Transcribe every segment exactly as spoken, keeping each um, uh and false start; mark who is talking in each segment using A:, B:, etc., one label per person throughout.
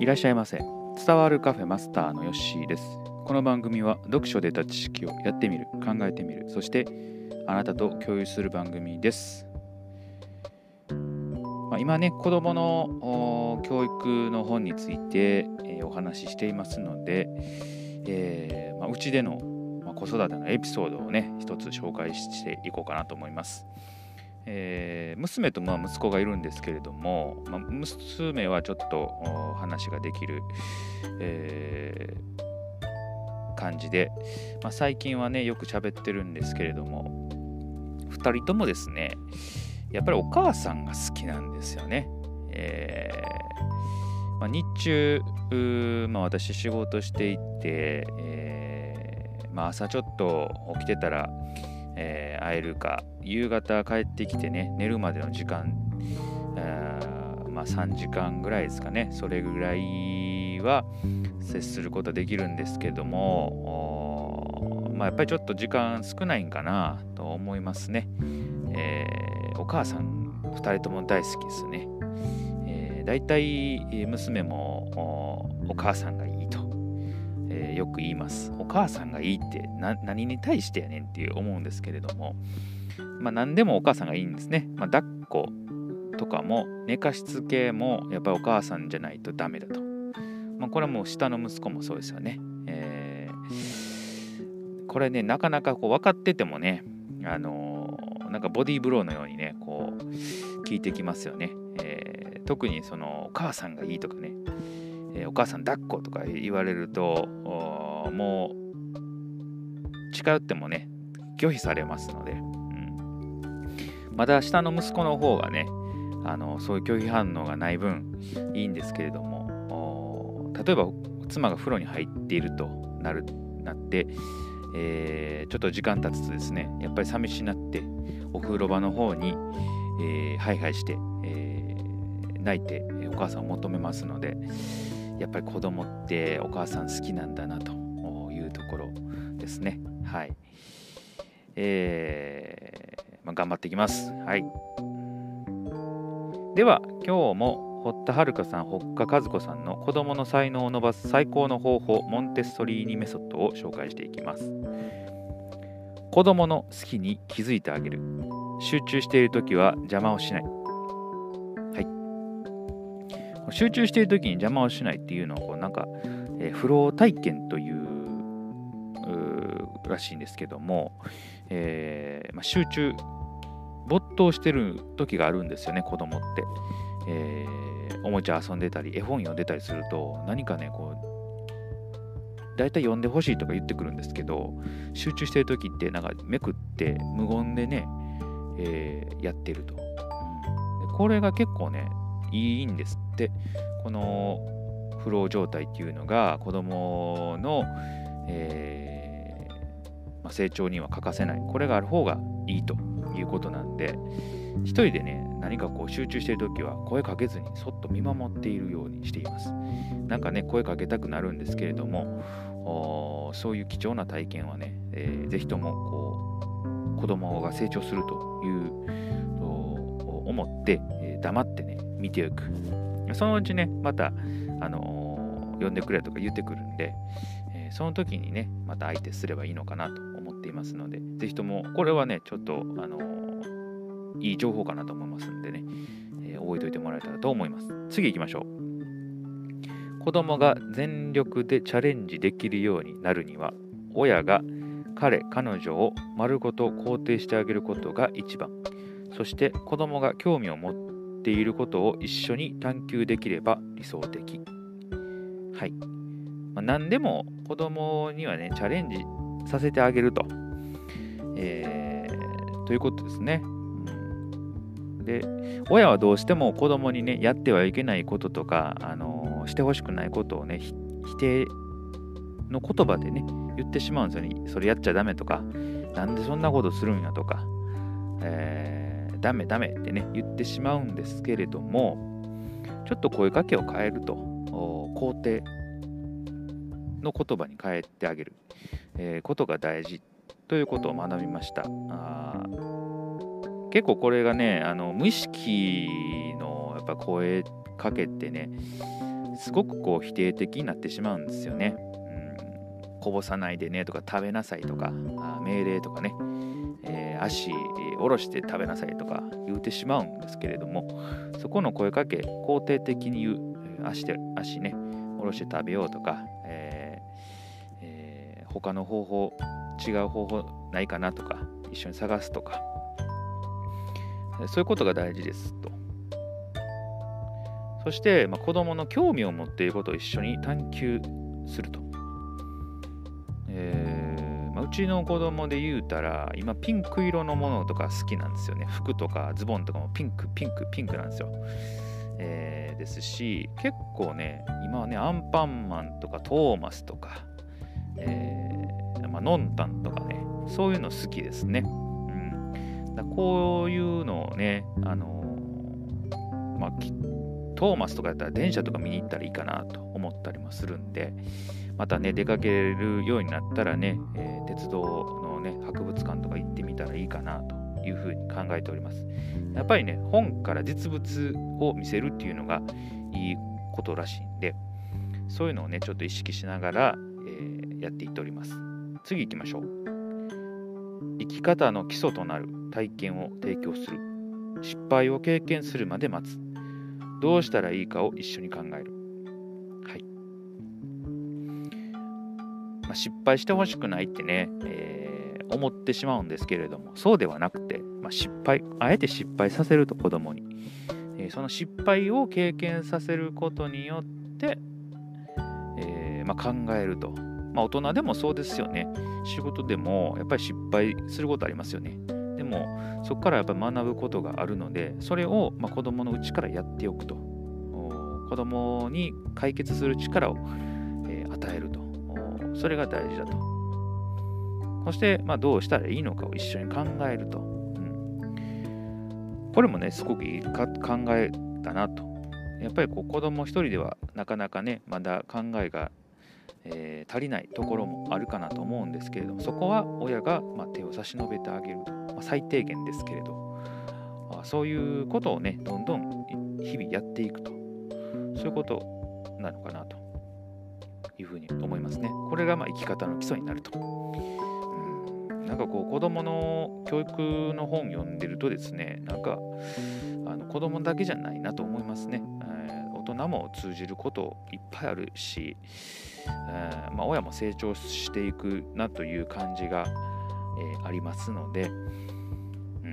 A: いらっしゃいませ。伝わるカフェマスターのヨッシーです。この番組は読書で得た知識をやってみる、考えてみる、そしてあなたと共有する番組です。まあ、今ね、子どもの教育の本について、えー、お話ししていますので、えーまあ、うちでの、まあ、子育てのエピソードをね、一つ紹介していこうかなと思います。えー、娘とまあ息子がいるんですけれども、まあ、娘はちょっと話ができる、えー、感じで、まあ、最近はねよく喋ってるんですけれども、ふたりともですねやっぱりお母さんが好きなんですよね。えーまあ、日中、まあ、私仕事していて、えーまあ、朝ちょっと起きてたらえー、会えるか、夕方帰ってきてね寝るまでの時間、えーまあ、さんじかんぐらいですかね、それぐらいは接することできるんですけども、まあ、やっぱりちょっと時間少ないんかなと思いますね。えー、お母さんふたりとも大好きですね。えー、だいたい娘も お, お母さんがいいとえー、よく言います。お母さんがいいってな何に対してやねんって思うんですけれども、まあ何でもお母さんがいいんですね。まあ、抱っことかも寝かしつけもやっぱりお母さんじゃないとダメだと。まあ、これはもう下の息子もそうですよね。えー、これねなかなかこう分かっててもね、あのー、なんかボディーブローのようにねこう聞いてきますよね。えー、特にそのお母さんがいいとかね、えー、お母さん抱っことか言われるともう近寄ってもね拒否されますので、うん、まだ下の息子の方がねあのそういう拒否反応がない分いいんですけれども、例えば妻が風呂に入っているとなるなって、えー、ちょっと時間経つとですねやっぱり寂しになってお風呂場の方に、えー、ハイハイして、えー、泣いてお母さんを求めますので、やっぱり子供ってお母さん好きなんだなというところですね。はい。えーまあ、頑張っていきます。はい。では今日も堀田遥さん、堀家和子さんの子供の才能を伸ばす最高の方法モンテッソリーニメソッドを紹介していきます。子供の好きに気づいてあげる。集中しているときは邪魔をしない。集中しているときに邪魔をしないっていうのをこうなんか、えー、フロー体験というらしいんですけども、えーまあ、集中没頭してる時があるんですよね、子供って。えー、おもちゃ遊んでたり絵本読んでたりすると何かねこうだいたい読んでほしいとか言ってくるんですけど、集中してる時ってなんかめくって無言でね、えー、やってると、うん、でこれが結構ねいいんですって。このフロー状態っていうのが子供の、えーまあ、成長には欠かせない、これがある方がいいということなんで、一人でね何かこう集中しているときは声かけずにそっと見守っているようにしています。なんかね声かけたくなるんですけれども、そういう貴重な体験はね、えー、ぜひともこう子供が成長するという思って、えー、黙ってね見ていく。そのうちねまた、あのー、呼んでくれとか言ってくるんで、えー、その時にねまた相手すればいいのかなと思っていますので、ぜひともこれはねちょっと、あのー、いい情報かなと思いますんでね、えー、覚えておいてもらえたらと思います。次行きましょう。子供が全力でチャレンジできるようになるには、親が彼彼女を丸ごと肯定してあげることが一番。そして子供が興味を持っていることを一緒に探求できれば理想的。はい。まあ、何でも子供にはねチャレンジさせてあげると、えー、ということですね。で、親はどうしても子供にねやってはいけないこととか、あのー、してほしくないことをね否定の言葉でね言ってしまうんですよね。それやっちゃダメとか、なんでそんなことするんやとか、えーダメダメってね言ってしまうんですけれども、ちょっと声かけを変えると肯定の言葉に変えてあげる、えー、ことが大事ということを学びました。あ結構これがねあの無意識のやっぱ声かけってね、 すごくこう否定的になってしまうんですよね。うん、こぼさないでねとか食べなさいとかあ命令とかね、えー、足下ろして食べなさいとか言うてしまうんですけれども、そこの声かけ肯定的に言う、足で足ね下ろして食べようとか、えーえー、他の方法違う方法ないかなとか一緒に探すとか、そういうことが大事ですと。そして、まあ、子供の興味を持っていることを一緒に探求すると。えーまあ、うちの子供で言うたら今ピンク色のものとか好きなんですよね。服とかズボンとかもピンクピンクピンクなんですよ。えー、ですし結構ね今はねアンパンマンとかトーマスとか、えーまあ、ノンタンとかねそういうの好きですね。うん、だこういうのをねあのー、まあトーマスとかやったら電車とか見に行ったらいいかなと思ったりもするんで、またね出かけるようになったらね、えー、鉄道のね博物館とか行ってみたらいいかなというふうに考えております。やっぱりね本から実物を見せるっていうのがいいことらしいんで、そういうのをねちょっと意識しながら、えー、やっていっております。次行きましょう。生き方の基礎となる体験を提供する。失敗を経験するまで待つ。どうしたらいいかを一緒に考える。はい。まあ、失敗してほしくないってね、えー、思ってしまうんですけれども、そうではなくて、まあ、失敗、あえて失敗させると子供に、えー、その失敗を経験させることによって、えーまあ、考えると。まあ、大人でもそうですよね。仕事でもやっぱり失敗することありますよね。でもそこからやっぱり学ぶことがあるので、それをまあ子供のうちからやっておくと。子供に解決する力を、えー、与えると。それが大事だと。そしてまあどうしたらいいのかを一緒に考えると。うん、これもねすごくいいか考えだなと。やっぱりこう子供一人ではなかなかねまだ考えがえー、足りないところもあるかなと思うんですけれども、そこは親が、まあ、手を差し伸べてあげると、まあ、最低限ですけれど、あそういうことをねどんどん日々やっていくと、そういうことなのかなというふうに思いますね。これがまあ生き方の基礎になると。うん、なんかこう子供の教育の本読んでるとですね、なんかあの子供だけじゃないなと思いますね。えー、大人も通じることいっぱいあるし、えーまあ、親も成長していくなという感じが、えー、ありますので、うん、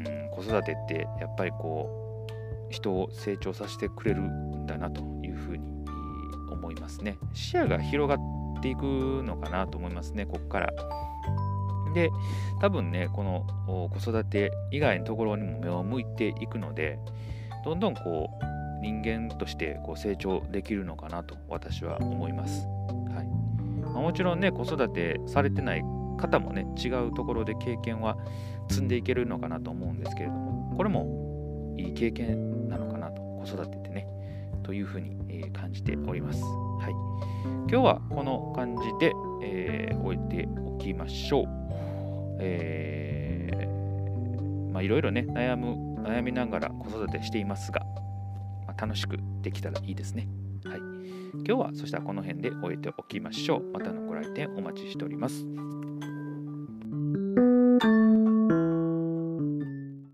A: 子育てってやっぱりこう人を成長させてくれるんだなというふうに思いますね。視野が広がっていくのかなと思いますね、ここから。で、多分ねこの子育て以外のところにも目を向いていくので、どんどんこう人間としてこう成長できるのかなと私は思います。はい。まあ、もちろんね子育てされてない方もね違うところで経験は積んでいけるのかなと思うんですけれども、これもいい経験なのかなと、子育てってねというふうに、えー、感じております。はい。今日はこの感じで、えー、終えておきましょう。えー、まあいろいろね悩む悩みながら子育てしていますが、まあ、楽しくできたらいいですね。はい。今日はそしたらこの辺で終えておきましょう。またのご来店お待ちしております。